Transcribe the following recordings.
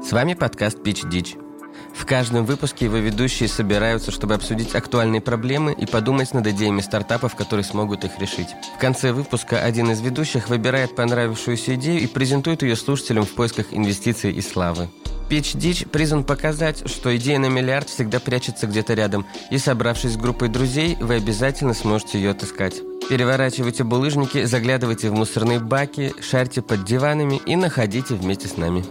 С вами подкаст Pitch Ditch. В каждом выпуске его ведущие собираются, чтобы обсудить актуальные проблемы и подумать над идеями стартапов, которые смогут их решить. В конце выпуска один из ведущих выбирает понравившуюся идею и презентует ее слушателям в поисках инвестиций и славы. Pitch Ditch призван показать, что идея на миллиард всегда прячется где-то рядом, и, собравшись с группой друзей, вы обязательно сможете ее отыскать. Переворачивайте булыжники, заглядывайте в мусорные баки, шарьте под диванами и находите вместе с нами.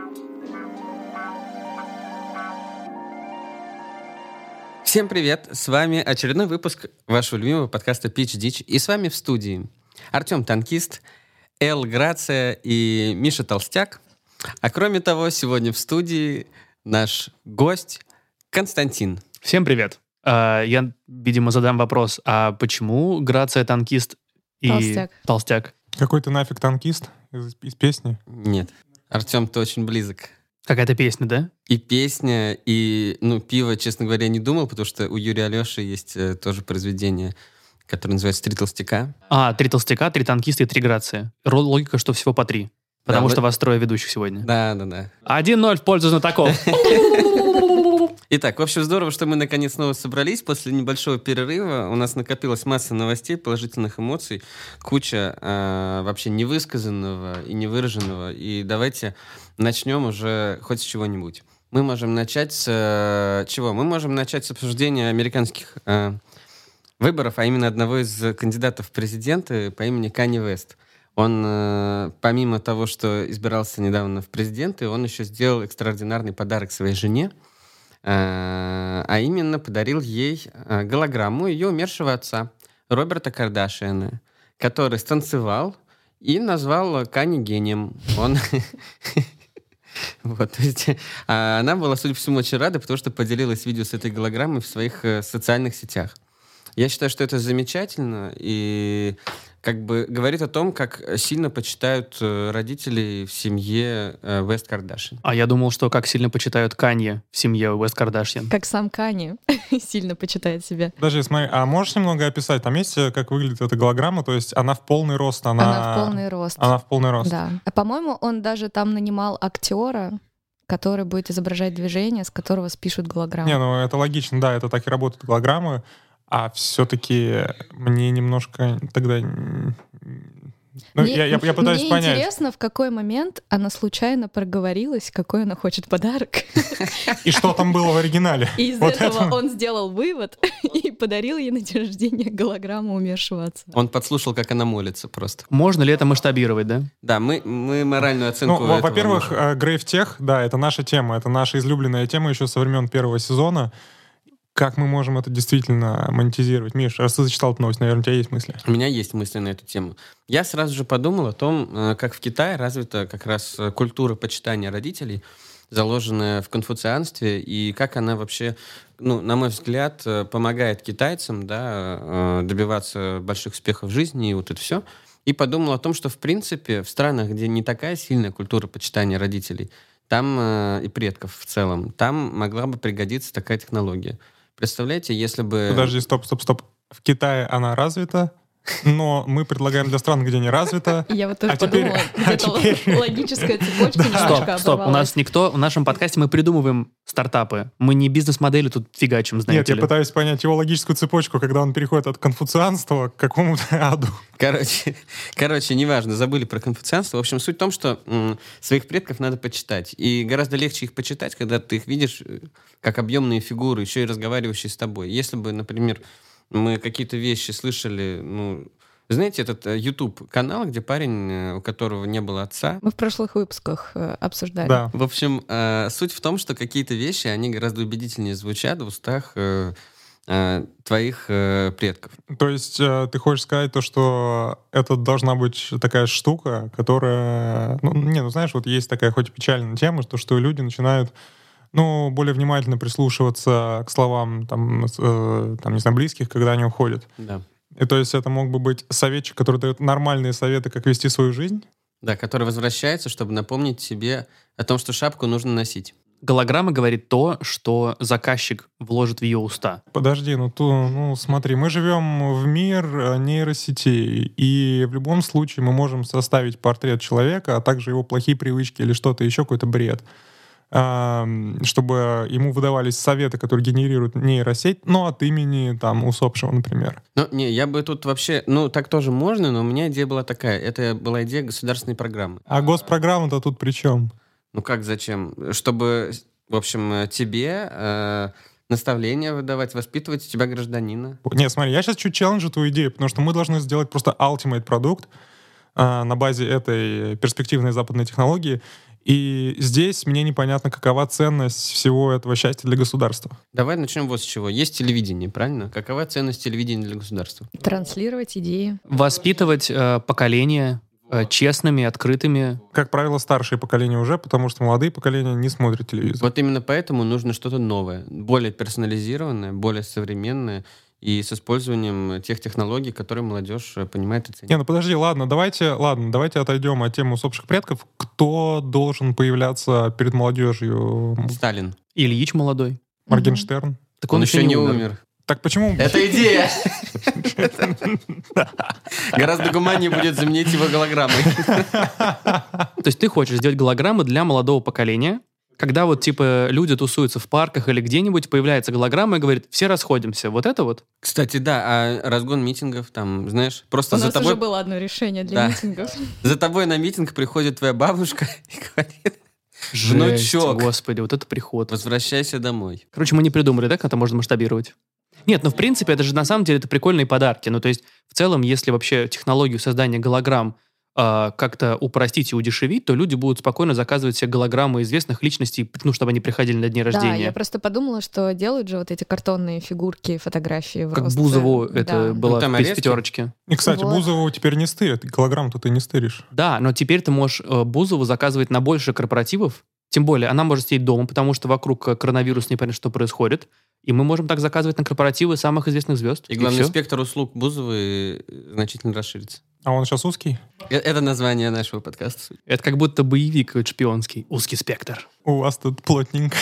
Всем привет! С вами очередной выпуск вашего любимого подкаста Pitch Ditch. И с вами в студии Артем Танкист, Эл Грация и Миша Толстяк. А кроме того, сегодня в студии наш гость Константин. Всем привет. Я, видимо, задам вопрос, а почему Грация танкист и толстяк? Какой ты нафиг танкист из песни? Нет. Артем, ты очень близок. Какая-то песня, да? И песня, и пиво, честно говоря, не думал, потому что у Юрия Алеши есть тоже произведение, которое называется «Три толстяка». Три толстяка, 3 танкиста и 3 Грации. Логика, что всего по 3. Потому что вас 3 ведущих сегодня. Да. 1-0 в пользу знатоков. Итак, в общем, здорово, что мы наконец снова собрались после небольшого перерыва. У нас накопилась масса новостей, положительных эмоций, куча вообще невысказанного и невыраженного. И давайте начнем уже хоть с чего-нибудь. Мы можем начать с чего? Мы можем начать с обсуждения американских выборов, а именно одного из кандидатов в президенты по имени Канье Уэст. Он, помимо того, что избирался недавно в президенты, он еще сделал экстраординарный подарок своей жене, а именно подарил ей голограмму ее умершего отца, Роберта Кардашьяна, который станцевал и назвал Канье гением. То есть она была, судя по всему, очень рада, потому что поделилась видео с этой голограммой в своих социальных сетях. Я считаю, что это замечательно и говорит о том, как сильно почитают родителей в семье Уэст Кардашьян. А я думал, что как сильно почитают Канье в семье Уэст Кардашьян. Как сам Канье сильно почитает себя. Подожди, смотри, а можешь немного описать? Там есть, как выглядит эта голограмма? То есть она в полный рост? Она в полный рост. Она в полный рост. Да. А, по-моему, он даже там нанимал актера, который будет изображать движение, с которого спишут голограмму. Это логично, да, это так и работают голограммы. А все-таки мне немножко тогда... я пытаюсь понять. Мне интересно, в какой момент она случайно проговорилась, какой она хочет подарок. И что там было в оригинале. И из этого он сделал вывод и подарил ей на день рождения голограмму умершего отца. Он подслушал, как она молится просто. Можно ли это масштабировать, да? Да, мы моральную оценку этого во-первых, можем. Грейв-тех, да, это наша тема, это наша излюбленная тема еще со времен первого сезона. Как мы можем это действительно монетизировать? Миш, раз ты зачитал эту новость, наверное, у тебя есть мысли? У меня есть мысли на эту тему. Я сразу же подумал о том, как в Китае развита как раз культура почитания родителей, заложенная в конфуцианстве, и как она вообще, на мой взгляд, помогает китайцам добиваться больших успехов в жизни, и вот это все. И подумал о том, что, в принципе, в странах, где не такая сильная культура почитания родителей, там и предков в целом, там могла бы пригодиться такая технология. Представляете, если бы... Подожди, стоп. В Китае она развита, но мы предлагаем для стран, где не развита. Я вот тоже подумала, где-то логическая цепочка немножко оборвалась. Стоп, у нас никто, в нашем подкасте мы придумываем стартапы. Мы не бизнес-модели тут фигачим, знаете ли. Нет, я пытаюсь понять его логическую цепочку, когда он переходит от конфуцианства к какому-то аду. Короче, неважно, забыли про конфуцианство. В общем, суть в том, что своих предков надо почитать. И гораздо легче их почитать, когда ты их видишь как объемные фигуры, еще и разговаривающие с тобой. Если бы, например, мы какие-то вещи слышали, знаете, этот YouTube-канал, где парень, у которого не было отца. Мы в прошлых выпусках обсуждали. Да. В общем, суть в том, что какие-то вещи, они гораздо убедительнее звучат в устах твоих предков. То есть ты хочешь сказать то, что это должна быть такая штука, которая... знаешь, вот есть такая хоть и печальная тема, что люди начинают более внимательно прислушиваться к словам не знаю, близких, когда они уходят. Да. И то есть это мог бы быть советчик, который дает нормальные советы, как вести свою жизнь? Да, который возвращается, чтобы напомнить себе о том, что шапку нужно носить. Голограмма говорит то, что заказчик вложит в ее уста. Подожди, смотри, мы живем в мир нейросетей, и в любом случае мы можем составить портрет человека, а также его плохие привычки или что-то еще, какой-то бред. чтобы ему выдавались советы, которые генерируют нейросеть, но от имени там усопшего, например. Ну, не, я бы тут вообще... Ну, так тоже можно, но у меня идея была такая. Это была идея государственной программы. А госпрограмма-то тут при чем? Ну, как зачем? Чтобы, в общем, тебе наставления выдавать, воспитывать у тебя гражданина. Не, смотри, я сейчас чуть челленджу твою идею, потому что мы должны сделать просто ultimate продукт на базе этой перспективной западной технологии. И здесь мне непонятно, какова ценность всего этого счастья для государства. Давай начнем вот с чего. Есть телевидение, правильно? Какова ценность телевидения для государства? Транслировать идеи. Воспитывать поколение честными, открытыми. Как правило, старшее поколение уже, потому что молодые поколения не смотрят телевизор. Вот именно поэтому нужно что-то новое, более персонализированное, более современное и с использованием тех технологий, которые молодежь понимает и ценит. Не, ну подожди, давайте отойдем от темы усопших предков. Кто должен появляться перед молодежью? Сталин. Ильич молодой. Моргенштерн? Так Он еще не умер. Так почему? Это идея! Гораздо гуманнее будет заменить его голограммой. То есть ты хочешь сделать голограммы для молодого поколения, когда вот типа люди тусуются в парках или где-нибудь, появляется голограмма и говорит, все расходимся. Вот это вот? Кстати, да, а разгон митингов, там, знаешь, просто У за нас тобой... уже было одно решение для митингов. За тобой на митинг приходит твоя бабушка и говорит, Жесть, внучок, господи, вот это приход. возвращайся домой. Короче, мы не придумали, да, как это можно масштабировать? Нет, ну в принципе, это же на самом деле это прикольные подарки. Ну то есть в целом, если вообще технологию создания голограмм как-то упростить и удешевить, то люди будут спокойно заказывать себе голограммы известных личностей, ну, чтобы они приходили на дни рождения. Да, я просто подумала, что делают же вот эти картонные фигурки, фотографии в Как рост. Бузову это было Ну, там в арестки. пятерочке. И, кстати, Вот. Бузову теперь не стырят. Голограмму-то ты не стыришь. Да, но теперь ты можешь Бузову заказывать на больше корпоративов. Тем более, она может сидеть дома, потому что вокруг коронавирус непонятно, что происходит. И мы можем так заказывать на корпоративы самых известных звезд. И главный всё. спектр услуг Бузовой значительно расширится. А он сейчас узкий? Это название нашего подкаста. Это как будто боевик шпионский. Узкий спектр. У вас тут плотненько.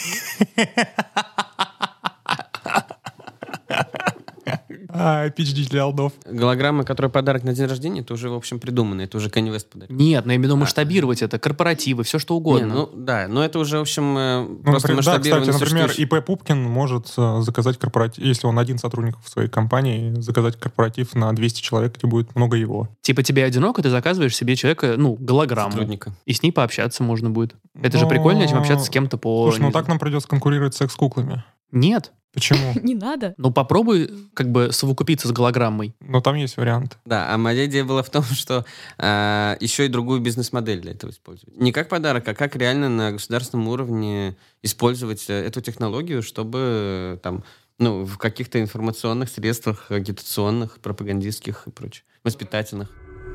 PhD для алдов. Голограмма, которая подарок на день рождения, это уже, в общем, придумано. Это уже Kanye West подарок. Нет, но я имею в виду масштабировать это. Корпоративы, все что угодно. Не, ну да, но это уже, в общем, Ну, просто например, да, масштабирование. кстати, например, существующих. ИП Пупкин может заказать корпоратив, если он один сотрудник в своей компании, заказать корпоратив на 200 человек, где будет много его. Типа тебе одиноко, ты заказываешь себе человека, ну, голограмму. Сотрудника. И с ней пообщаться можно будет. Это же Но- прикольнее, чем общаться с кем-то по... Слушай, ну не так знаю. нам придется конкурировать с секс-куклами. Нет. Почему? Не надо. Ну попробуй как бы совокупиться с голограммой. Но там есть вариант. Да, а моя идея была в том, что еще и другую бизнес-модель для этого использовать. Не как подарок, а как реально на государственном уровне использовать эту технологию, чтобы там, ну, в каких-то информационных средствах, агитационных, пропагандистских и прочее, воспитательных.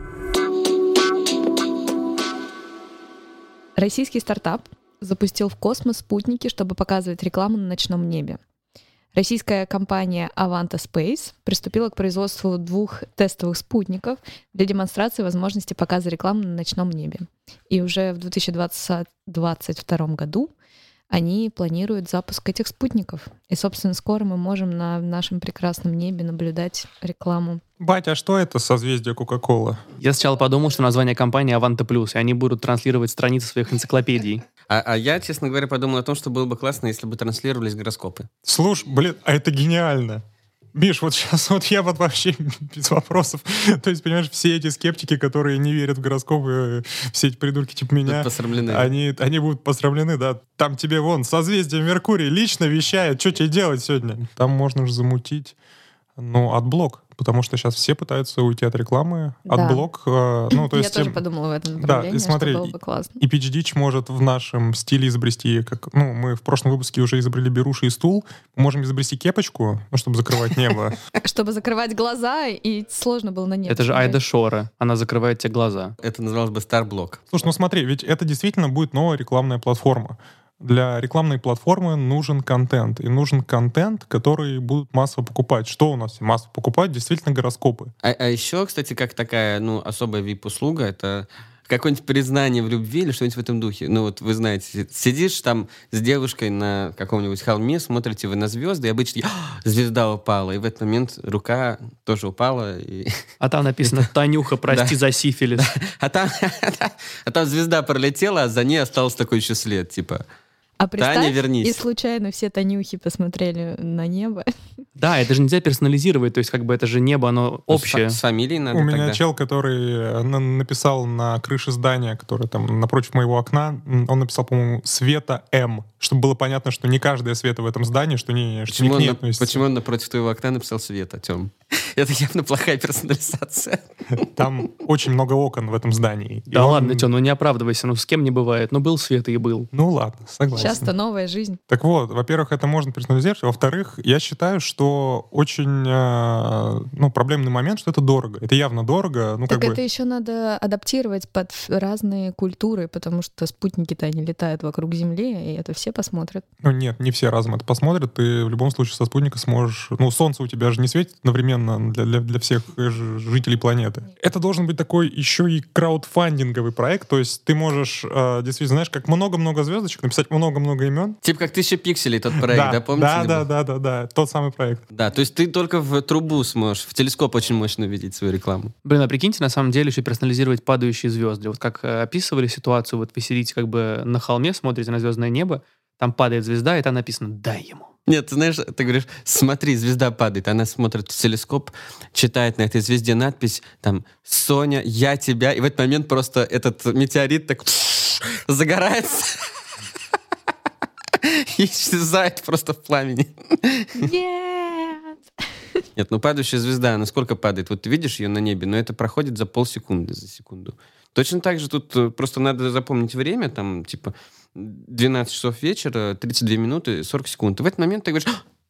Российский стартап запустил в космос спутники, чтобы показывать рекламу на ночном небе. Российская компания Avanta Space приступила к производству 2 тестовых спутников для демонстрации возможности показа рекламы на ночном небе. И уже в 2022 году они планируют запуск этих спутников. И, собственно, скоро мы можем на нашем прекрасном небе наблюдать рекламу. Батя, а что это созвездие Кока-Колы? Я сначала подумал, что название компании Avanta Plus, и они будут транслировать страницы своих энциклопедий. А я, честно говоря, подумал о том, что было бы классно, если бы транслировались гороскопы. Слушай, блин, а это гениально. Миш, вот сейчас вот я вот вообще без вопросов. То есть, понимаешь, все эти скептики, которые не верят в гороскопы, все эти придурки типа меня, Посрамлены. они будут посрамлены, да. Там тебе вон созвездие Меркурий лично вещает, что тебе делать сегодня. Там можно же замутить, ну, отблок. Потому что сейчас все пытаются уйти от рекламы. Да. Отблок, ну, то Я есть... тоже подумала в этом Да, направлении, и смотри, что было бы классно. И PhD может в нашем стиле изобрести, как, ну, мы в прошлом выпуске уже изобрели беруши и стул, мы можем изобрести кепочку, ну, чтобы закрывать небо. Чтобы закрывать глаза, и сложно было на небо. Это же смотреть. Айда Шора. Она закрывает тебе глаза. Это называлось бы Starblog. Слушай, ну смотри, ведь это действительно будет новая рекламная платформа. Для рекламной платформы нужен контент. И нужен контент, который будут массово покупать. Что у нас все массово покупают? Действительно гороскопы. А еще, кстати, как такая, ну, особая VIP-услуга, это какое-нибудь признание в любви или что-нибудь в этом духе. Ну, вот вы знаете, сидишь там с девушкой на каком-нибудь холме, смотрите вы на звезды, и обычно звезда упала, и в этот момент рука тоже упала. И... А там написано «Танюха, прости за сифилис». А там звезда пролетела, а за ней остался такой еще след, типа А представь, вернись. и случайно все Танюхи посмотрели на небо. Да, это же нельзя персонализировать, то есть как бы это же небо, оно общее. С фамилией надо У меня тогда. чел, который написал на крыше здания, которое там напротив моего окна, он написал, по-моему, Света М, чтобы было понятно, что не каждая Света в этом здании, что не к ней относится. Почему он напротив твоего окна написал Света, Тём? Это явно плохая персонализация. Там очень много окон в этом здании. И Да он- ладно, Тём, ну не оправдывайся, ну с кем не бывает. Ну был Света и был. Ну ладно, согласен. Сейчас-то новая жизнь. Так вот, во-первых, это можно персонализировать. Во-вторых, я считаю, что очень проблемный момент, что это дорого. Это явно дорого. Ну, Так как это бы... еще надо адаптировать под разные культуры, потому что спутники-то они летают вокруг Земли, и это все посмотрят. Ну нет, не все разом это посмотрят. Ты в любом случае со спутника сможешь... Ну, солнце у тебя же не светит одновременно для всех жителей планеты. Это должен быть такой еще и краудфандинговый проект. То есть ты можешь, действительно, знаешь, как много-много звездочек, написать много-много имен. Типа как 1000 пикселей тот проект, да, помните? Да, тот самый проект. Да, то есть ты только в трубу сможешь, в телескоп очень мощно видеть свою рекламу. Блин, а прикиньте, на самом деле еще персонализировать падающие звезды. Вот как описывали ситуацию, вот вы сидите как бы на холме, смотрите на звездное небо, там падает звезда, и там написано «дай ему». Нет, ты знаешь, ты говоришь, смотри, звезда падает. Она смотрит в телескоп, читает на этой звезде надпись, там, Соня, я тебя. И в этот момент просто этот метеорит так загорается и исчезает просто в пламени. Нет! Нет, ну падающая звезда, она сколько падает? Вот ты видишь ее на небе, но это проходит за полсекунды, за секунду. Точно так же тут просто надо запомнить время, там, типа, 12 часов вечера, 32 минуты, 40 секунд. И в этот момент ты говоришь,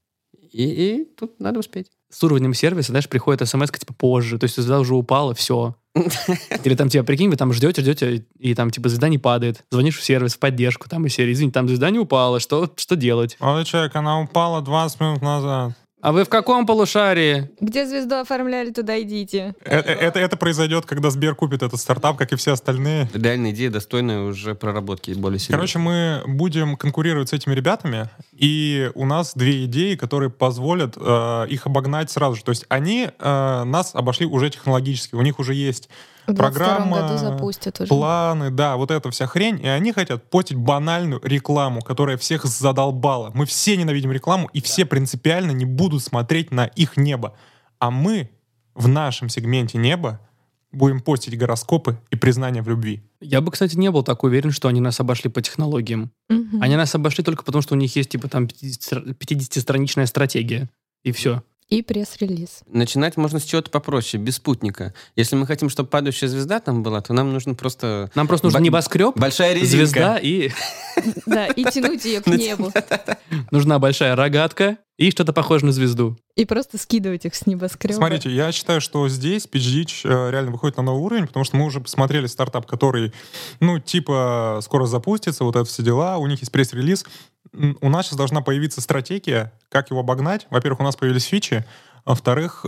и тут надо успеть. С уровнем сервиса, знаешь, приходит смс типа позже, то есть звезда уже упала, все. Или там тебя, прикинь, вы там ждете, и там типа звезда не падает. Звонишь в сервис, в поддержку, там и серия, извините, там звезда не упала, что делать? Молодой человек, она упала 20 минут назад. А вы в каком полушарии? Где звезду оформляли, туда идите. Это произойдет, когда Сбер купит этот стартап, как и все остальные. Реальная идея, достойная уже проработки более серьезной. Короче, мы будем конкурировать с этими ребятами, и у нас две идеи, которые позволят их обогнать сразу же. То есть они нас обошли уже технологически, у них уже есть В 22 программа, году запустят уже. планы, да, вот эта вся хрень, и они хотят постить банальную рекламу, которая всех задолбала. Мы все ненавидим рекламу, и все принципиально не будут смотреть на их небо. А мы в нашем сегменте неба будем постить гороскопы и признания в любви. Я бы, кстати, не был так уверен, что они нас обошли по технологиям. Мгм. Они нас обошли только потому, что у них есть типа там 50-страничная стратегия. И все. И пресс-релиз. Начинать можно с чего-то попроще, без спутника. Если мы хотим, чтобы падающая звезда там была, то нам нужно просто... Нам просто нужен небоскреб, Большая резинка. звезда и Да, и тянуть ее к небу. нужна большая рогатка и что-то похожее на звезду. И просто скидывать их с небоскреба. Смотрите, я считаю, что здесь PitchDitch реально выходит на новый уровень, потому что мы уже посмотрели стартап, который, типа, скоро запустится, вот это все дела, у них есть пресс-релиз. У нас сейчас должна появиться стратегия, как его обогнать. Во-первых, у нас появились фичи, а во-вторых,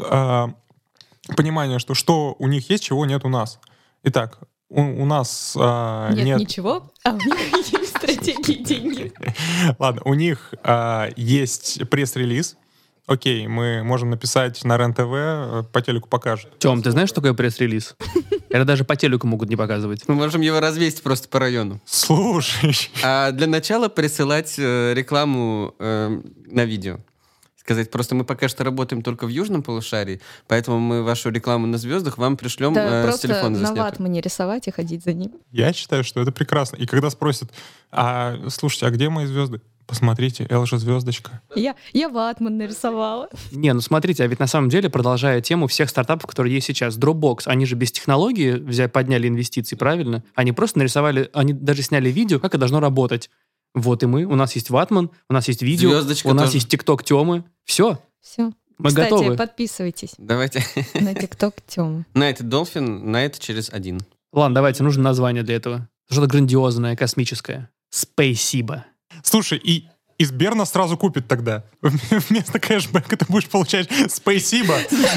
понимание, что у них есть, чего нет у нас. Итак, у нас Нет ничего, а у них есть стратегии и деньги. Ладно, у них есть пресс-релиз. Окей, мы можем написать на РЕН-ТВ, по телеку покажут. Тём, ты знаешь, что такое пресс-релиз? Это даже по телеку могут не показывать. Мы можем его развесить просто по району. Слушай, А для начала присылать рекламу на видео. Сказать, просто мы пока что работаем только в южном полушарии, поэтому мы вашу рекламу на звездах вам пришлем Да, с просто телефона на заснятую. ватмане рисовать и ходить за ним. я считаю, что это прекрасно. И когда спросят, слушайте, а где мои звезды? Посмотрите, Эл же звездочка. Я ватман нарисовала. Не, ну смотрите, а ведь на самом деле, продолжая тему всех стартапов, которые есть сейчас, Dropbox, они же без технологии подняли инвестиции, правильно? Они просто нарисовали, они даже сняли видео, как это должно работать. Вот и мы, у нас есть ватман, у нас есть видео, Звездочка у нас тоже. есть ТикТок Тёмы. Все, Все. мы Кстати, готовы. подписывайтесь Давайте. на ТикТок Тёмы. Night Dolphin, Night через 1. Ладно, давайте, нужно название для этого. Что-то грандиозное, космическое. Спейсибо. Слушай, и Сбер нас сразу купит тогда. Вместо кэшбэка ты будешь получать спасибо.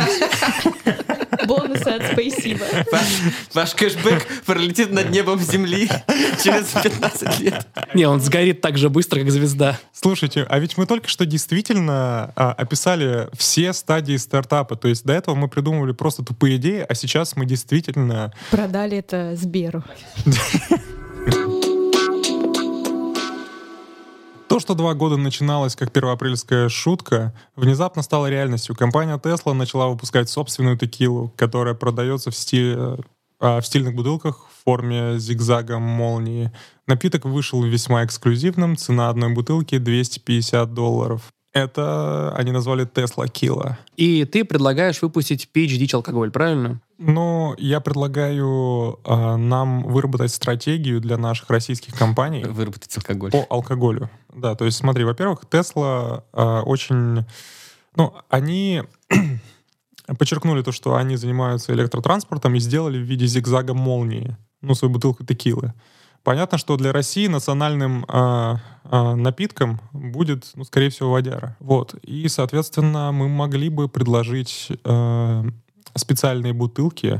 Бонусы от спасибо. Ваш кэшбэк пролетит над небом Земли через 15 лет. Не, он сгорит так же быстро, как звезда. Слушайте, а ведь мы только что действительно описали все стадии стартапа. То есть до этого мы придумывали просто тупые идеи, а сейчас мы действительно... Продали это Сберу. что 2 года начиналось как первоапрельская шутка, внезапно стало реальностью. Компания Tesla начала выпускать собственную текилу, которая продается в стильных бутылках в форме зигзага молнии. Напиток вышел весьма эксклюзивным, цена одной бутылки $250. Это они назвали Tesla Killa. И ты предлагаешь выпустить PhD-алкоголь, правильно? Ну, я предлагаю нам выработать стратегию для наших российских компаний Выработать алкоголь. по алкоголю. Да, то есть смотри, во-первых, Tesla очень... Ну, они подчеркнули то, что они занимаются электротранспортом и сделали в виде зигзага молнии, свою бутылку текилы. Понятно, что для России национальным напитком будет, скорее всего, водяра. Вот. И, соответственно, мы могли бы предложить специальные бутылки,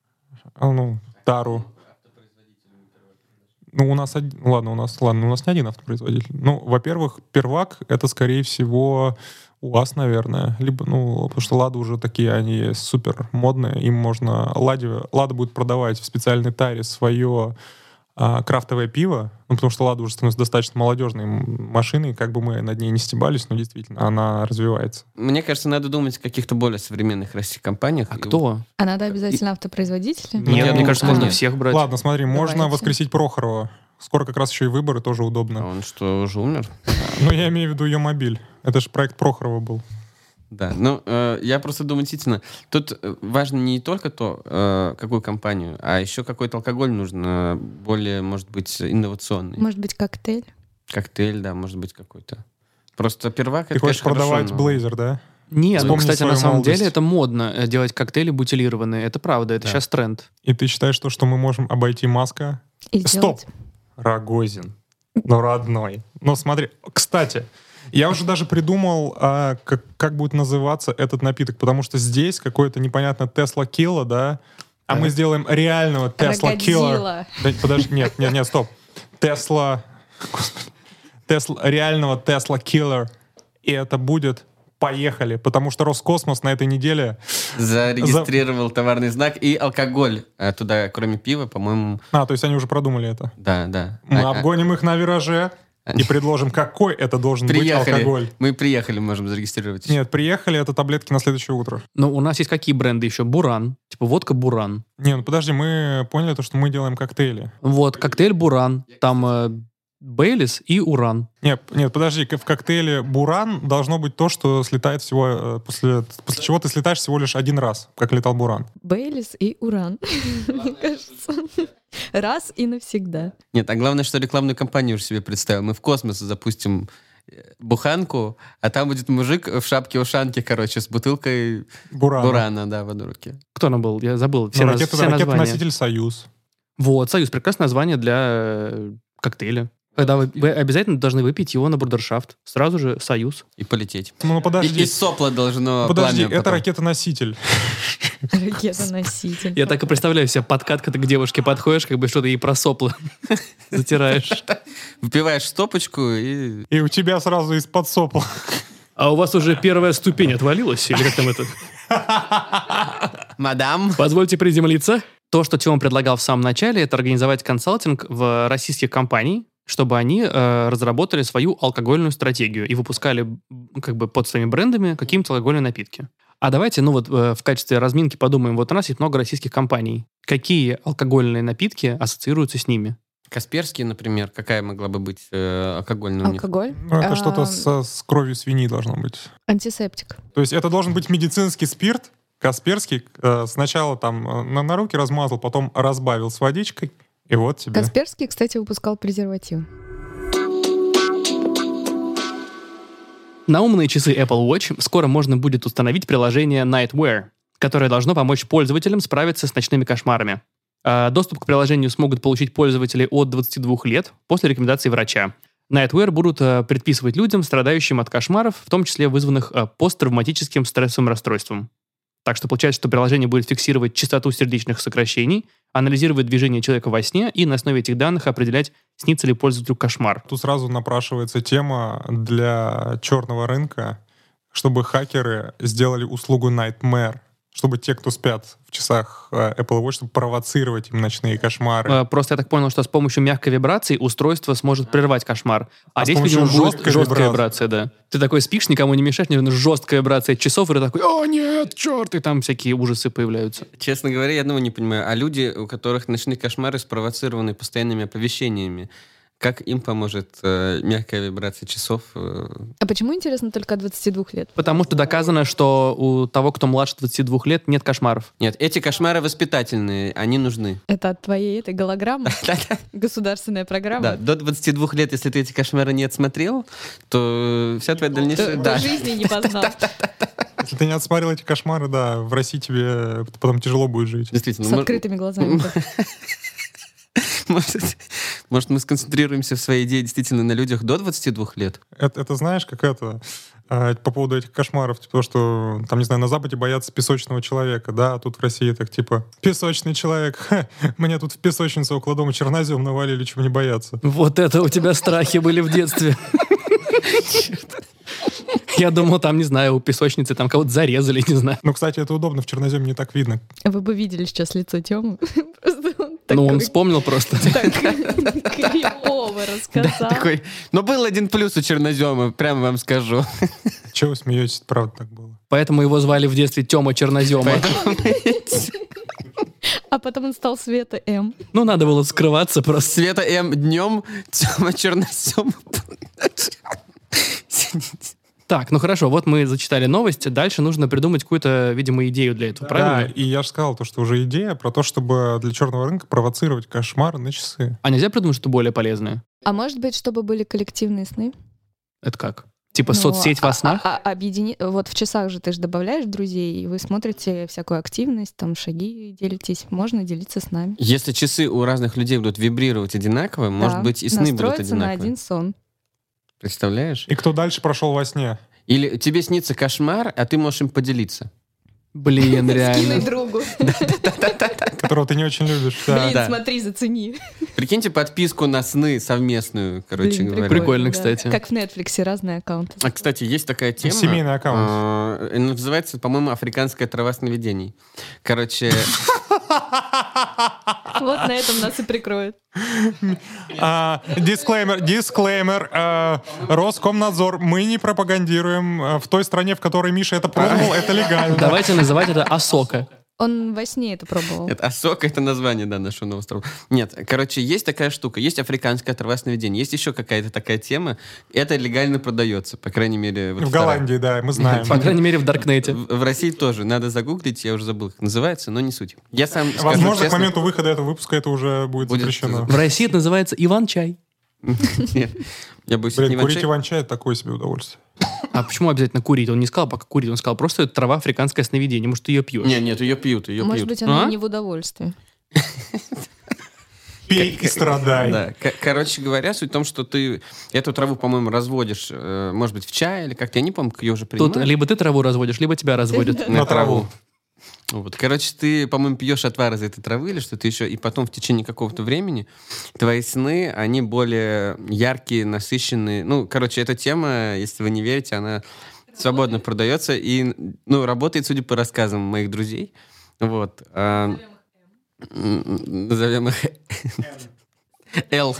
тару. У нас у нас не один автопроизводитель. Во-первых, первак — это, скорее всего, УАЗ, наверное. Либо, потому что Лада уже такие, они супер модные. Им можно... Лада будет продавать в специальной таре свое крафтовое пиво, потому что Лада уже становится достаточно молодежной машиной, как бы мы над ней не стебались, но действительно, она развивается. Мне кажется, надо думать о каких-то более современных российских компаниях. А кто? А надо обязательно автопроизводителя? Нет, мне кажется, можно всех брать. Ладно, смотри, можно Давайте. воскресить Прохорова. Скоро как раз еще и выборы, тоже удобно. Он что, уже умер? Я имею в виду ее мобиль. Это же проект Прохорова был. Да, я просто думаю, действительно, тут важно не только то, какую компанию, а еще какой-то алкоголь нужно, более, может быть, инновационный. Может быть, коктейль? Коктейль, да, может быть, какой-то. Просто первак, Ты это, хочешь конечно, продавать хорошо, но- Блейзер, да? Нет, Вспомни кстати, свою на самом молодость. деле это модно делать коктейли бутилированные. Это правда, это Да. сейчас тренд. И ты считаешь, что мы можем обойти Маска? И Стоп! сделать? Рогозин. Родной. Смотри, кстати, я уже даже придумал, как будет называться этот напиток, потому что здесь какой-то непонятно Tesla Killa, да? А мы сделаем реального Tesla Killer. Рогодзилла. Да, подожди, нет, стоп. Реального Tesla Killer. И это будет «Поехали», потому что Роскосмос на этой неделе... Зарегистрировал товарный знак и алкоголь туда, кроме пива, по-моему, то есть они уже продумали это. да. Мы обгоним их на вираже и предложим, какой это должен быть алкоголь. Мы приехали, можем зарегистрировать. Нет, приехали, это таблетки на следующее утро. Но у нас есть какие бренды еще? Буран. Типа водка Буран. Подожди, мы поняли то, что мы делаем коктейли. Вот, коктейль Буран. Там Бейлис и Уран. Нет, подожди, в коктейле Буран должно быть то, что слетает всего... После чего ты слетаешь всего лишь один раз, как летал Буран. Бейлис и Уран, мне кажется. Раз и навсегда. Нет, а главное, что рекламную кампанию уже себе представил. Мы в космос запустим буханку, а там будет мужик в шапке-ушанке, с бутылкой Бурана, да, в одной руке. Кто она был? Я забыл. Все названия. Ракетоноситель «Союз». Вот, «Союз» — прекрасное название для коктейля. Когда вы обязательно должны выпить его на брудершафт. Сразу же «Союз». И полететь. Подожди. И сопла должно Подожди, пламя это потом. ракетоноситель. Ракетоноситель. Я так и представляю себе подкат, когда ты к девушке подходишь, что-то ей про сопла затираешь. Выпиваешь стопочку и... И у тебя сразу из-под сопла. А у вас уже первая ступень отвалилась? Или как там это? Мадам. Позвольте приземлиться. То, что Тёма предлагал в самом начале, это организовать консалтинг в российских компаний, чтобы они разработали свою алкогольную стратегию и выпускали под своими брендами какие-то алкогольные напитки. А давайте, в качестве разминки подумаем. Вот у нас есть много российских компаний. Какие алкогольные напитки ассоциируются с ними? Касперский, например. Какая могла бы быть алкогольная у них? Алкоголь? Это что-то с кровью свиньи должно быть. Антисептик. То есть это должен быть медицинский спирт. Касперский сначала там на руки размазал, потом разбавил с водичкой. И вот тебе. Касперский, кстати, выпускал презерватив. На умные часы Apple Watch скоро можно будет установить приложение Nightwear, которое должно помочь пользователям справиться с ночными кошмарами. Доступ к приложению смогут получить пользователи от 22 лет после рекомендации врача. Nightwear будут предписывать людям, страдающим от кошмаров, в том числе вызванных посттравматическим стрессовым расстройством. Так что получается, что приложение будет фиксировать частоту сердечных сокращений, анализировать движение человека во сне и на основе этих данных определять, снится ли пользователю кошмар. Тут сразу напрашивается тема для черного рынка, чтобы хакеры сделали услугу Nightmare, чтобы те, кто спят в часах Apple Watch, чтобы провоцировать им ночные кошмары. Просто я так понял, что с помощью мягкой вибрации устройство сможет прервать кошмар. А здесь, помощью видимо, будет жесткой жесткая вибрация, да. Ты такой спишь, никому не мешаешь, наверное, жесткая вибрация часов, и ты такой, о, нет, черт, и там всякие ужасы появляются. Честно говоря, я одного не понимаю. А люди, у которых ночные кошмары спровоцированы постоянными оповещениями, как им поможет мягкая вибрация часов? А почему, интересно, только от 22 лет? Потому что доказано, что у того, кто младше 22 лет, нет кошмаров. Нет, эти кошмары воспитательные, они нужны. Это от твоей этой голограммы? Государственная программа? Да, до 22 лет, если ты эти кошмары не отсмотрел, то вся твоя дальнейшая... Ты жизни не познал. Если ты не отсмотрел эти кошмары, да, в России тебе потом тяжело будет жить. Действительно. С открытыми глазами. Может, мы сконцентрируемся в своей идее действительно на людях до 22 лет? Это знаешь, как это... По поводу этих кошмаров, типа, что, там, не знаю, на Западе боятся песочного человека, да, а тут в России так, типа, песочный человек, мне тут в песочницу около дома чернозем навалили, чего не бояться. Вот это у тебя страхи были в детстве. Я думал, там, не знаю, у песочницы там кого-то зарезали, не знаю. Ну, кстати, это удобно, в черноземе не так видно. Вы бы видели сейчас лицо Тёмы. Ну, он вспомнил просто. Так криво рассказал. Такой, но был один плюс у чернозема, прямо вам скажу. Чего вы смеетесь? Это правда так было. Поэтому его звали в детстве Тёма Чернозема. А потом он стал Света М. Ну, надо было скрываться просто. Света М днем, Тёма чернозем. Так, ну хорошо, вот мы зачитали новость. Дальше нужно придумать какую-то, видимо, идею для этого, Да, правильно? и я же сказал, то, что уже идея про то, чтобы для черного рынка провоцировать кошмар на часы. А нельзя придумать что-то более полезное? А может быть, чтобы были коллективные сны? Это как? Типа Ну, соцсеть во снах? Вот в часах же ты же добавляешь друзей, и вы смотрите всякую активность, там шаги делитесь. Можно делиться с нами. Если часы у разных людей будут вибрировать одинаково, может быть, и сны будут настроиться на одинаковые. один сон. Представляешь? И кто дальше прошел во сне? Или тебе снится кошмар, а ты можешь им поделиться. Блин, реально. Скинуть другу. Которого ты не очень любишь. Да. Блин, Да. смотри, зацени. Прикиньте подписку на сны совместную, короче Блин, говоря. Прикольно, да. кстати. Как в Netflix, разные аккаунты. А, кстати, есть такая тема. Семейный аккаунт. Называется, по-моему, «Африканская трава сновидений». Короче, Вот на этом нас и прикроют. Дисклеймер. Роскомнадзор. Мы не пропагандируем. В той стране, в которой Миша это пробовал, это легально. Давайте называть это Асока. Он во сне это пробовал. это Асока, это название, да, нашего нового острова. Нет, короче, есть такая штука. Есть африканская трава сновидений. Есть еще какая-то такая тема. Это легально продается, по крайней мере. Вот В Голландии, да, мы знаем. По крайней мере, в Даркнете. В России тоже. Надо загуглить, я уже забыл, как называется, но не суть. Я сам скажу Возможно, к честно, моменту выхода этого выпуска это уже будет Будет запрещено. В России это называется Иван-чай. Нет, я боюсь, это Блин, не курить иван-чай. иван-чай — это такое себе удовольствие. А почему обязательно курить? Он не сказал пока курить, он сказал просто это трава африканское сновидение. Может, ты ее пьешь? Нет, ее пьют, ее Может пьют. быть, оно А? и не в удовольствие. Пей и страдай. Да. Короче говоря, суть в том, что ты эту траву, по-моему, разводишь, может быть, в чай или как-то, я не помню, как ее уже Тут принимают. либо ты траву разводишь, либо тебя разводят. На траву. Вот. Короче, ты, по-моему, пьешь отвар из этой травы или что-то еще, и потом в течение какого-то времени твои сны, они более яркие, насыщенные. Ну, короче, эта тема, если вы не верите, она свободно продается и, ну, работает, судя по рассказам моих друзей. Вот. Назовем их Л.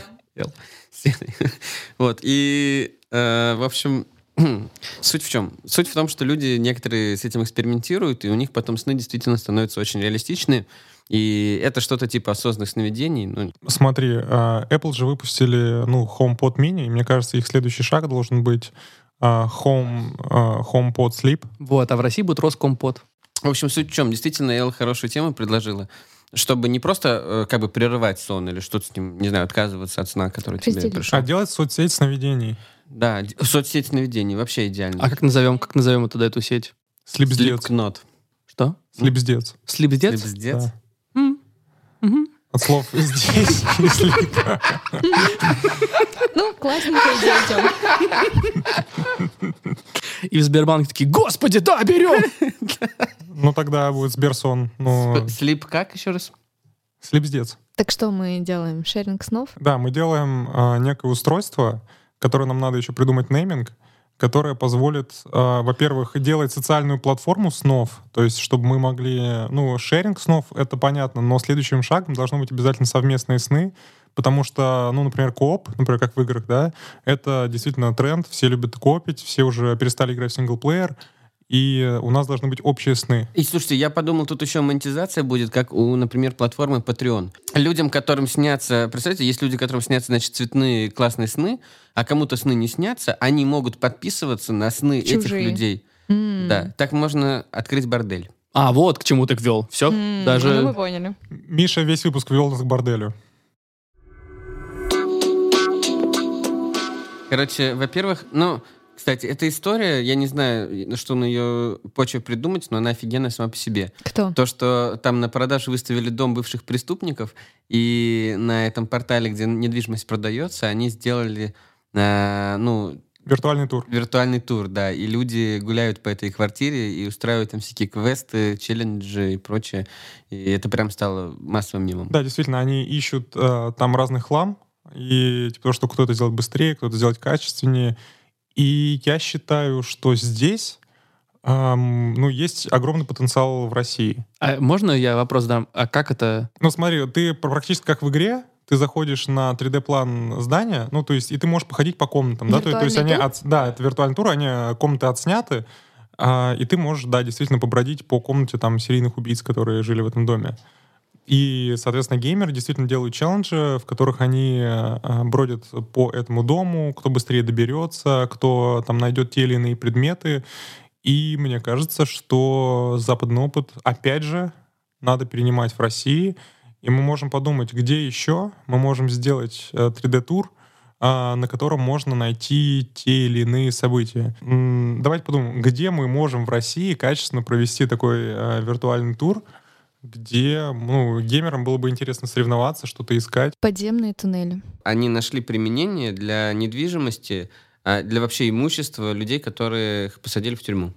Вот. И, в общем, суть в чем? Суть в том, что люди некоторые с этим экспериментируют, и у них потом сны действительно становятся очень реалистичные. И это что-то типа осознанных сновидений. Ну, Смотри, Apple же выпустили, HomePod mini, и мне кажется, их следующий шаг должен быть HomePod Sleep. Вот, а в России будет Роскомпот. в общем, суть в чем? Действительно, Элла хорошую тему предложила. Чтобы не просто как бы прерывать сон или что-то с ним, не знаю, отказываться от сна, который тебе Определить. пришел. А делать соцсеть сновидений. Да, соцсеть сновидений вообще идеально. А как назовем тогда эту сеть? Слипздец. Слипкнот. Что? Слипздец. Слипздец? Слипздец. Да. Мгм. От слов «здесь» и «слип». Ну, классненькая идея, Тём. И в Сбербанке такие, господи, да, берем! Ну, тогда будет Сберсон. Ну, Слип как еще раз? слипздец. Так что мы делаем? Шеринг снов? Да, мы делаем некое устройство, которое нам надо еще придумать нейминг, которая позволит, во-первых, делать социальную платформу снов, то есть чтобы мы могли... Ну, шеринг снов — это понятно, но следующим шагом должны быть обязательно совместные сны, потому что, ну, например, кооп, например, как в играх, да, это действительно тренд, все любят коопить, все уже перестали играть в синглплеер, и у нас должны быть общие сны. И слушайте, я подумал, тут еще монетизация будет, как у, например, платформы Patreon. Людям, которым снятся, представляете, есть люди, которым снятся, значит, цветные классные сны, а кому-то сны не снятся, они могут подписываться на сны этих Чужие. людей. Да, так можно открыть бордель. А, вот к чему ты ввел. Все, Ну, мы даже... поняли. Миша весь выпуск вел нас к борделю. Короче, во-первых, ну, кстати, эта история, я не знаю, на что на ее почве придумать, но она офигенная сама по себе. Кто? То, что там на продажу выставили дом бывших преступников, и на этом портале, где недвижимость продается, они сделали, ну, Виртуальный тур. виртуальный тур, да, и люди гуляют по этой квартире и устраивают там всякие квесты, челленджи и прочее. И это прям стало массовым мемом. Да, действительно, они ищут там разный хлам, и типа, то, что кто-то сделать быстрее, кто-то сделать качественнее. И я считаю, что здесь ну, есть огромный потенциал в России. А можно я вопрос задам? А как это... Ну, смотри, ты практически как в игре, ты заходишь на 3D-план здания, ну, то есть, и ты можешь походить по комнатам, да, то есть они, Виртуальный да, это виртуальный тур, они комнаты отсняты, и ты можешь, да, действительно побродить по комнате там серийных убийц, которые жили в этом доме. И, соответственно, геймеры действительно делают челленджи, в которых они бродят по этому дому, кто быстрее доберется, кто там найдет те или иные предметы. И мне кажется, что западный опыт, опять же, надо перенимать в России. И мы можем подумать, где еще мы можем сделать 3D-тур, на котором можно найти те или иные события. Давайте подумаем, где мы можем в России качественно провести такой виртуальный тур, где, ну, геймерам было бы интересно соревноваться, что-то искать. Подземные туннели. Они нашли применение для недвижимости, для вообще имущества людей, которых посадили в тюрьму.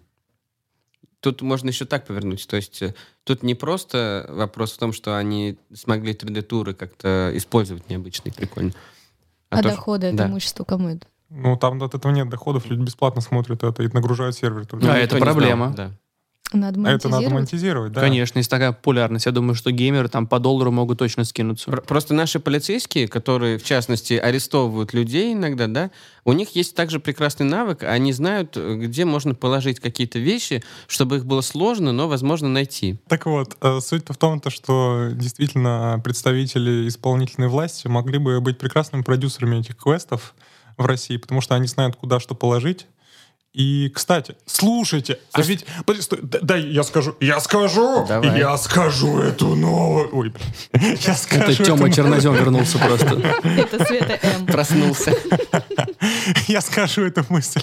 Тут можно еще так повернуть. То есть тут не просто вопрос в том, что они смогли 3D-туры как-то использовать необычно и прикольно. А то, доходы от да. имущества кому это? Ну, там от этого нет доходов, люди бесплатно смотрят это и нагружают сервер. А, никто это не знал, проблема. да. Надо А это надо монетизировать. монетизировать, да. Конечно, есть такая популярность. Я думаю, что геймеры там по доллару могут точно скинуться. Просто наши полицейские, которые, в частности, арестовывают людей иногда, да, у них есть также прекрасный навык, они знают, где можно положить какие-то вещи, чтобы их было сложно, но возможно найти. Так вот, суть-то в том, что действительно представители исполнительной власти могли бы быть прекрасными продюсерами этих квестов в России, потому что они знают, куда что положить. И, кстати, слушайте, а ведь... Подожди, стой, дай я скажу Давай. я скажу эту новую... Ой, блин, я скажу Это эту Тёма Чернозем вернулся просто. Это Света М. Проснулся. Я скажу эту мысль.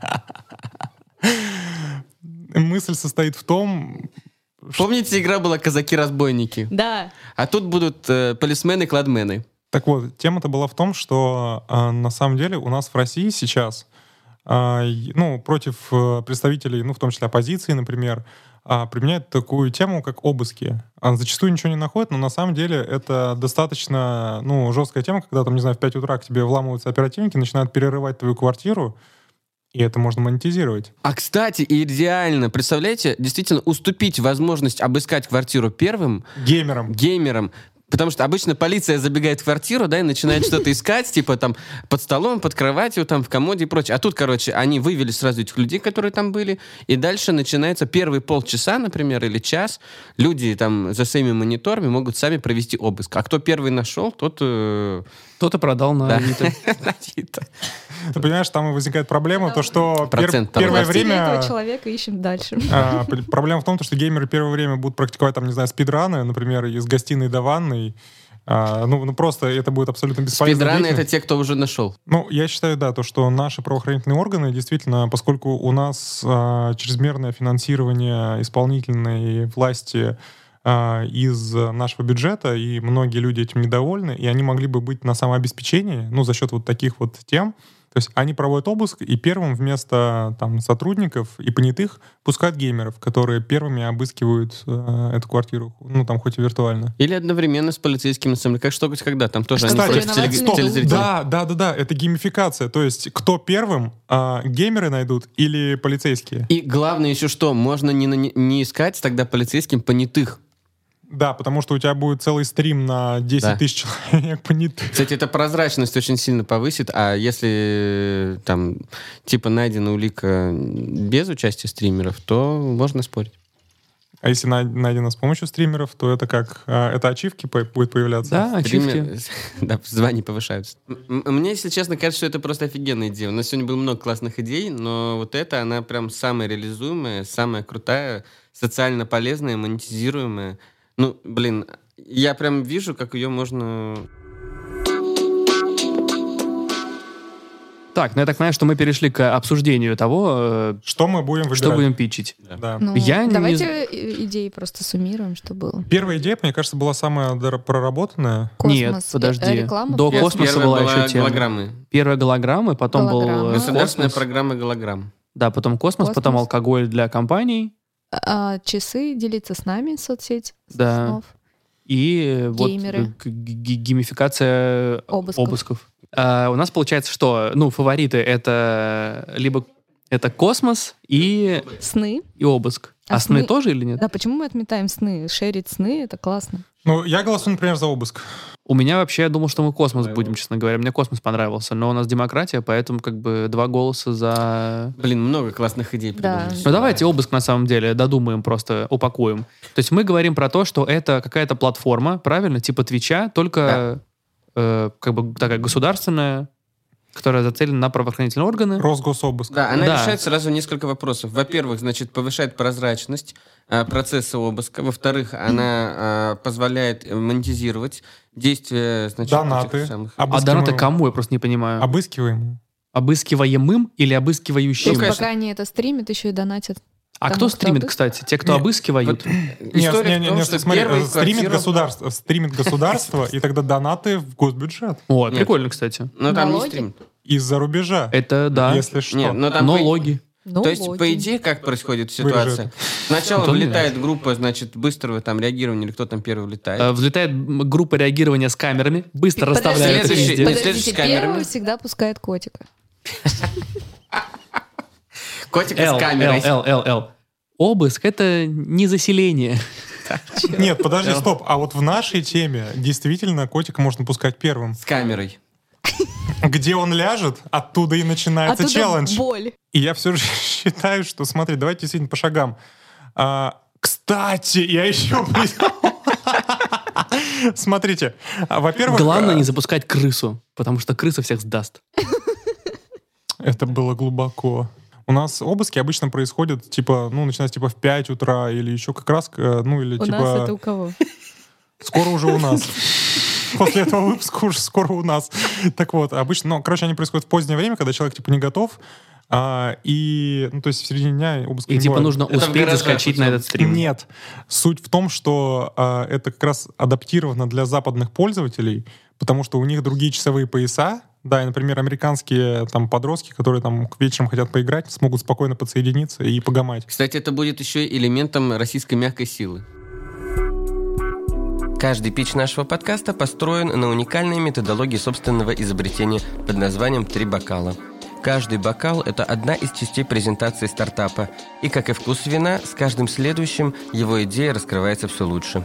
Мысль состоит в том... Помните, игра была «Казаки-разбойники»? Да. А тут будут полисмены-кладмены. Так вот, тема-то была в том, что на самом деле у нас в России сейчас, ну, против представителей, ну, в том числе оппозиции, например, применяют такую тему, как обыски. Зачастую ничего не находят, но на самом деле это достаточно, ну, жесткая тема, когда там, не знаю, в 5 утра к тебе вламываются оперативники, начинают перерывать твою квартиру, и это можно монетизировать. А, кстати, идеально, представляете, действительно уступить возможность обыскать квартиру первым Геймерам. геймерам. Потому что обычно полиция забегает в квартиру, да, и начинает что-то искать, типа там под столом, под кроватью, там в комоде и прочее. А тут, короче, они вывели сразу этих людей, которые там были, и дальше начинается первые полчаса, например, или час, люди там за своими мониторами могут сами провести обыск. А кто первый нашел, тот... Кто-то продал на Авито. Ты понимаешь, там и возникает проблема, то, что Процент там. первое Нашли время... этого человека, ищем дальше. Проблема в том, что геймеры первое время будут практиковать, там, не знаю, спидраны, например, из гостиной до ванной. Ну, просто это будет абсолютно бесполезно. Спидраны — это те, кто уже нашел. Ну, я считаю, да, то, что наши правоохранительные органы, действительно, поскольку у нас чрезмерное финансирование исполнительной власти из нашего бюджета, и многие люди этим недовольны, и они могли бы быть на самообеспечении, ну, за счет вот таких вот тем. То То есть они проводят обыск, и первым вместо там сотрудников и понятых пускают геймеров, которые первыми обыскивают эту квартиру, ну там хоть и виртуально. Или одновременно с полицейскими, на самом деле, как что когда там тоже Кстати, они против стоп, телезрителей. Да, это геймификация. То есть кто первым, геймеры найдут или полицейские? И главное еще что, можно не искать тогда полицейским понятых. Да, потому что у тебя будет целый стрим на 10 тысяч человек понятых. Кстати, это прозрачность очень сильно повысит, а если там типа найдена улика без участия стримеров, то можно спорить. А если найдено с помощью стримеров, то это как? Это ачивки будет появляться? Да, ачивки. Да, звания повышаются. Мне, если честно, кажется, что это просто офигенная идея. У нас сегодня было много классных идей, но вот эта, она прям самая реализуемая, самая крутая, социально полезная, монетизируемая. Ну, блин, я прям вижу, как ее можно... Так, ну я так понимаю, что мы перешли к обсуждению того, что мы будем выбирать. что будем питчить. Да. Ну, Я не давайте идеи просто суммируем, что было. Первая идея, мне кажется, была самая проработанная. Нет, Космос, подожди. реклама. До Первая космоса была еще тема. голограммы. Первая голограмма, потом Голограмма. был Государственная космос. программа голограмм. Да, потом космос, потом Космос. алкоголь для компаний. Часы, делиться с нами, соцсеть. Да. снов. И вот Геймеры. геймификация Обысков. обысков. У нас получается, что фавориты это либо это космос и Сны. обыск. А сны сны- тоже или нет? Да, почему мы отметаем сны? Шерить сны — это классно. Ну, я голосую, например, за обыск. У меня вообще, я думал, что мы космос будем, честно говоря. Мне космос понравился, но у нас демократия, поэтому как бы 2 голоса за... Блин, много классных идей Да. придумали. Ну давайте обыск на самом деле додумаем, просто упакуем. То есть мы говорим про то, что это какая-то платформа, правильно, типа Твича, только как бы такая государственная, которая зацелена на правоохранительные органы. Росгособыск. Да, она Да. решает сразу несколько вопросов. Во-первых, значит, повышает прозрачность процесса обыска. Во-вторых, она позволяет монетизировать действия, значит, Донаты. этих самых... А донаты кому, я просто не понимаю. Обыскиваем. Обыскиваемым или То обыскивающим? есть конечно. пока они это стримят, еще и донатят. А тому, кто кто стримит, обыск- кстати? Те, кто Нет, обыскивают? История в том, что смотри, первую стримит квартиру- государство, и тогда донаты в госбюджет. О, Нет. прикольно, кстати. Ну, там не Налоги? стрим. Из-за рубежа. Это да. Если что. Нет, но там... Налоги. Ну, То есть, логи. по идее, как происходит Вырежет. ситуация? Сначала Антон вылетает группа, значит, быстрого там реагирования, или кто там первый влетает. Взлетает группа реагирования с камерами, быстро расставляется Следующий- везде. следующий Подождите, с камерами. первого всегда пускает котика. Котика Л, с камерой. Л. Обыск — это не заселение. Нет, подожди, стоп. А вот в нашей теме действительно котика можно пускать первым. С камерой. Где он ляжет, оттуда и начинается Оттуда челлендж. боль. И я все же считаю, что, смотри, давайте действительно по шагам. Кстати, я еще придумал. Смотрите, во-первых... Главное не запускать крысу, потому что крыса всех сдаст. Это было глубоко. У нас обыски обычно происходят, типа, начинается типа в 5 утра или еще как раз, или У типа... нас это у кого? Скоро уже у нас. После этого выпуска уже скоро у нас. Так вот, обычно, они происходят в позднее время, когда человек типа не готов, то есть в середине дня обыска И не типа бывает. нужно Это в успеть гаражах заскочить на путем. этот стрим. Нет. Суть в том, что это как раз адаптировано для западных пользователей, потому что у них другие часовые пояса. Да, и, например, американские там подростки, которые там к вечерам хотят поиграть, смогут спокойно подсоединиться и погамать. Кстати, это будет еще и элементом российской мягкой силы. Каждый питч нашего подкаста построен на уникальной методологии собственного изобретения под названием «Три бокала». Каждый бокал – это одна из частей презентации стартапа. И, как и вкус вина, с каждым следующим его идея раскрывается все лучше.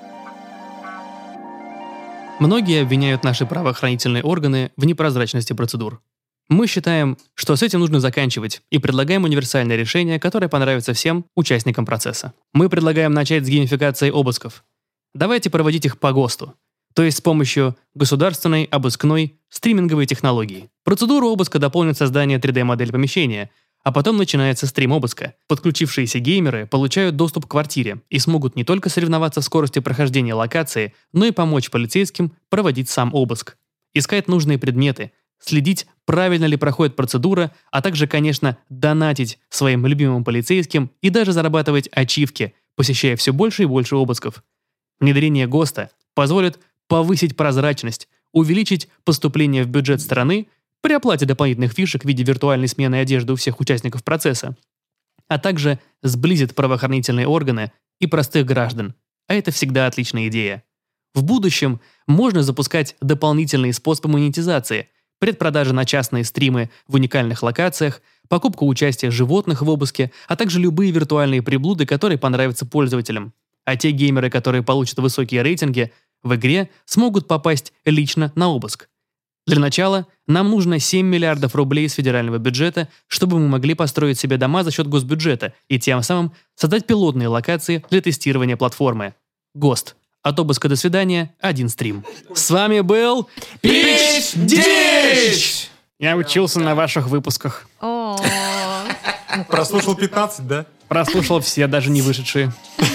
Многие обвиняют наши правоохранительные органы в непрозрачности процедур. Мы считаем, что с этим нужно заканчивать, и предлагаем универсальное решение, которое понравится всем участникам процесса. Мы предлагаем начать с геймификации обысков. Давайте проводить их по ГОСТу, то есть с помощью государственной, обыскной, стриминговой технологии. Процедуру обыска дополнит создание 3D-модели помещения, а потом начинается стрим обыска. Подключившиеся геймеры получают доступ к квартире и смогут не только соревноваться в скорости прохождения локации, но и помочь полицейским проводить сам обыск. Искать нужные предметы, следить, правильно ли проходит процедура, а также, конечно, донатить своим любимым полицейским и даже зарабатывать ачивки, посещая все больше и больше обысков. Внедрение ГОСТа позволит повысить прозрачность, увеличить поступление в бюджет страны, при оплате дополнительных фишек в виде виртуальной смены одежды у всех участников процесса, а также сблизит правоохранительные органы и простых граждан. А это всегда отличная идея. В будущем можно запускать дополнительные способы монетизации, предпродажи на частные стримы в уникальных локациях, покупку участия животных в обыске, а также любые виртуальные приблуды, которые понравятся пользователям. А те геймеры, которые получат высокие рейтинги в игре, смогут попасть лично на обыск. Для начала нам нужно 7 миллиардов рублей из федерального бюджета, чтобы мы могли построить себе дома за счет госбюджета и тем самым создать пилотные локации для тестирования платформы. ГОСТ. От обыска до свидания, 1 стрим. С вами был Pitch Ditch! Я учился на ваших выпусках. Прослушал 15, да? Прослушал все, даже не вышедшие.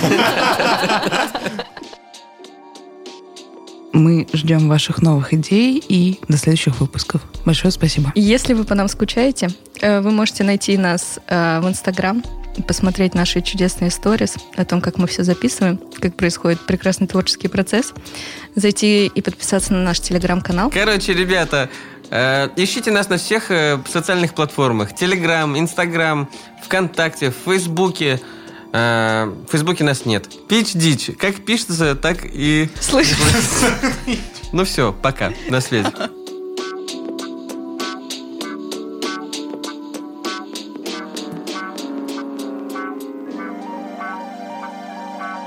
Мы ждем ваших новых идей и до следующих выпусков. Большое спасибо. Если вы по нам скучаете, вы можете найти нас в Инстаграм, посмотреть наши чудесные сторис о том, как мы все записываем, как происходит прекрасный творческий процесс, зайти и подписаться на наш Телеграм-канал. Короче, ребята, ищите нас на всех социальных платформах. Телеграм, Инстаграм, ВКонтакте, в Фейсбуке. В Фейсбуке нас нет. Pitch Ditch. Как пишется, так и... Слышишь? Ну все, пока. До связи.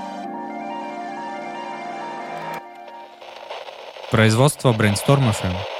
Производство Brainstorm FM.